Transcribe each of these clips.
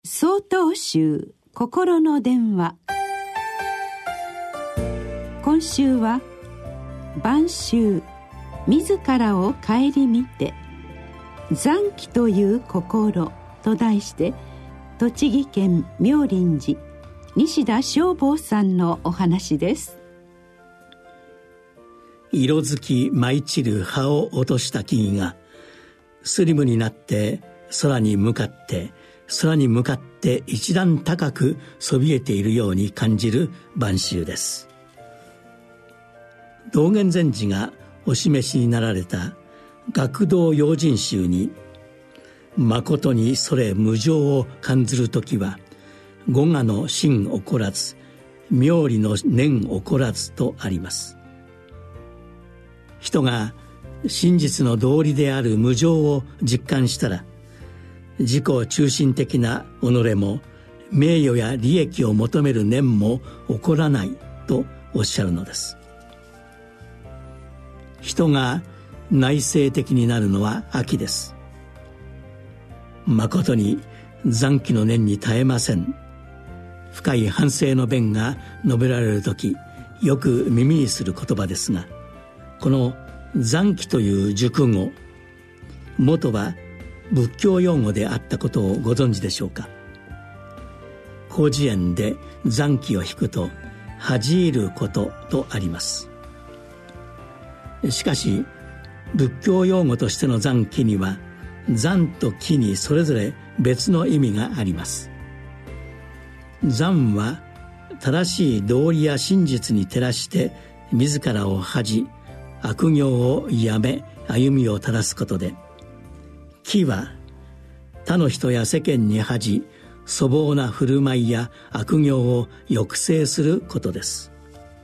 曹洞宗心の電話。今週は晩秋、自らを顧みて残機という心と題して、栃木県妙林寺西田正坊さんのお話です。 色づき舞い散る葉を落とした木々がスリムになって空に向かって一段高くそびえているように感じる晩秋です。道元禅師がお示しになられた学道用心集に、誠にそれ無常を感ずるときは五我の心起こらず、妙理の念起こらずとあります。人が真実の道理である無常を実感したら、自己中心的な己も名誉や利益を求める念も起こらないとおっしゃるのです。人が内省的になるのは秋です。誠に残機の念に耐えません。深い反省の弁が述べられるとき、よく耳にする言葉ですが、この残機という熟語、元は仏教用語であったことをご存知でしょうか。広辞苑で残機を引くと恥じることとあります。しかし仏教用語としての残機には、残と機にそれぞれ別の意味があります。残は正しい道理や真実に照らして自らを恥じ、悪行をやめ歩みを正すことで、機は他の人や世間に恥じ、粗暴な振る舞いや悪行を抑制することです。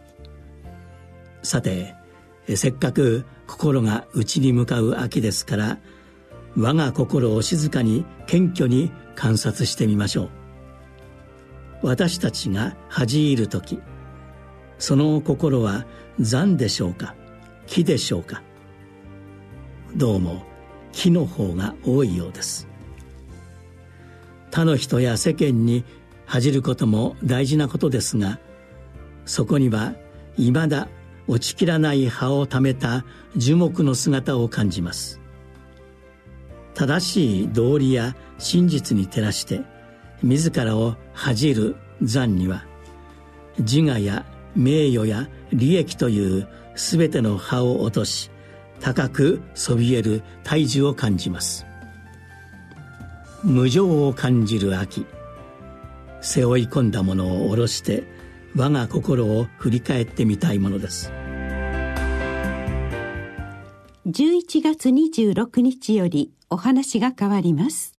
さて、せっかく心が内に向かう秋ですから、我が心を静かに謙虚に観察してみましょう。私たちが恥じるとき、その心は残でしょうか、機でしょうか。どうも機の方が多いようです。他の人や世間に恥じることも大事なことですが、そこには未だ落ちきらない葉をためた樹木の姿を感じます。正しい道理や真実に照らして自らを恥じる残には、自我や名誉や利益というすべての葉を落とし、高くそびえる大樹を感じます。無常を感じる秋、背負い込んだものを下ろして我が心を振り返ってみたいものです。 11月26日よりお話が変わります。